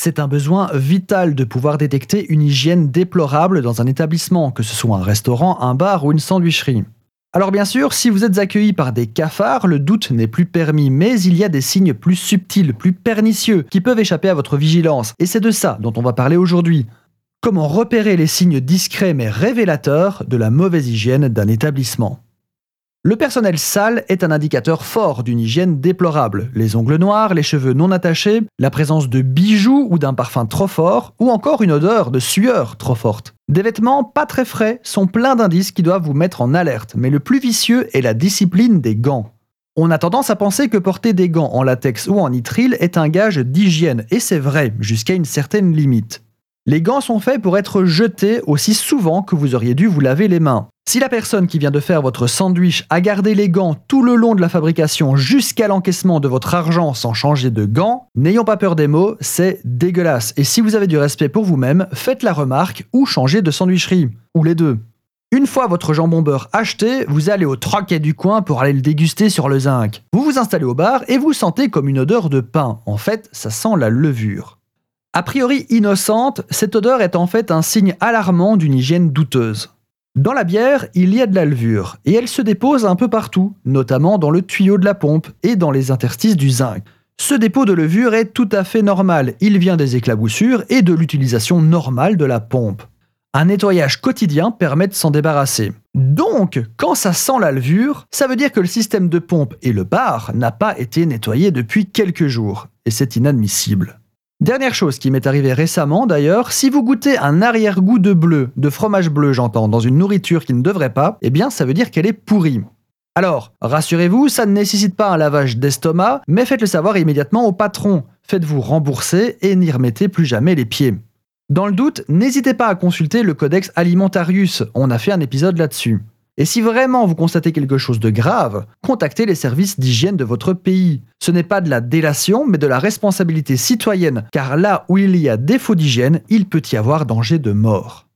C'est un besoin vital de pouvoir détecter une hygiène déplorable dans un établissement, que ce soit un restaurant, un bar ou une sandwicherie. Alors bien sûr, si vous êtes accueilli par des cafards, le doute n'est plus permis, mais il y a des signes plus subtils, plus pernicieux, qui peuvent échapper à votre vigilance, et c'est de ça dont on va parler aujourd'hui. Comment repérer les signes discrets mais révélateurs de la mauvaise hygiène d'un établissement? Le personnel sale est un indicateur fort d'une hygiène déplorable. Les ongles noirs, les cheveux non attachés, la présence de bijoux ou d'un parfum trop fort, ou encore une odeur de sueur trop forte. Des vêtements pas très frais sont pleins d'indices qui doivent vous mettre en alerte, mais le plus vicieux est la discipline des gants. On a tendance à penser que porter des gants en latex ou en nitrile est un gage d'hygiène, et c'est vrai, jusqu'à une certaine limite. Les gants sont faits pour être jetés aussi souvent que vous auriez dû vous laver les mains. Si la personne qui vient de faire votre sandwich a gardé les gants tout le long de la fabrication jusqu'à l'encaissement de votre argent sans changer de gants, n'ayons pas peur des mots, c'est dégueulasse. Et si vous avez du respect pour vous-même, faites la remarque ou changez de sandwicherie. Ou les deux. Une fois votre jambon beurre acheté, vous allez au troquet du coin pour aller le déguster sur le zinc. Vous vous installez au bar et vous sentez comme une odeur de pain. En fait, ça sent la levure. A priori innocente, cette odeur est en fait un signe alarmant d'une hygiène douteuse. Dans la bière, il y a de la levure, et elle se dépose un peu partout, notamment dans le tuyau de la pompe et dans les interstices du zinc. Ce dépôt de levure est tout à fait normal, il vient des éclaboussures et de l'utilisation normale de la pompe. Un nettoyage quotidien permet de s'en débarrasser. Donc, quand ça sent la levure, ça veut dire que le système de pompe et le bar n'a pas été nettoyé depuis quelques jours, et c'est inadmissible. Dernière chose qui m'est arrivée récemment d'ailleurs, si vous goûtez un arrière-goût de bleu, de fromage bleu j'entends, dans une nourriture qui ne devrait pas, eh bien ça veut dire qu'elle est pourrie. Alors, rassurez-vous, ça ne nécessite pas un lavage d'estomac, mais faites-le savoir immédiatement au patron. Faites-vous rembourser et n'y remettez plus jamais les pieds. Dans le doute, n'hésitez pas à consulter le Codex Alimentarius, on a fait un épisode là-dessus. Et si vraiment vous constatez quelque chose de grave, contactez les services d'hygiène de votre pays. Ce n'est pas de la délation, mais de la responsabilité citoyenne, car là où il y a défaut d'hygiène, il peut y avoir danger de mort.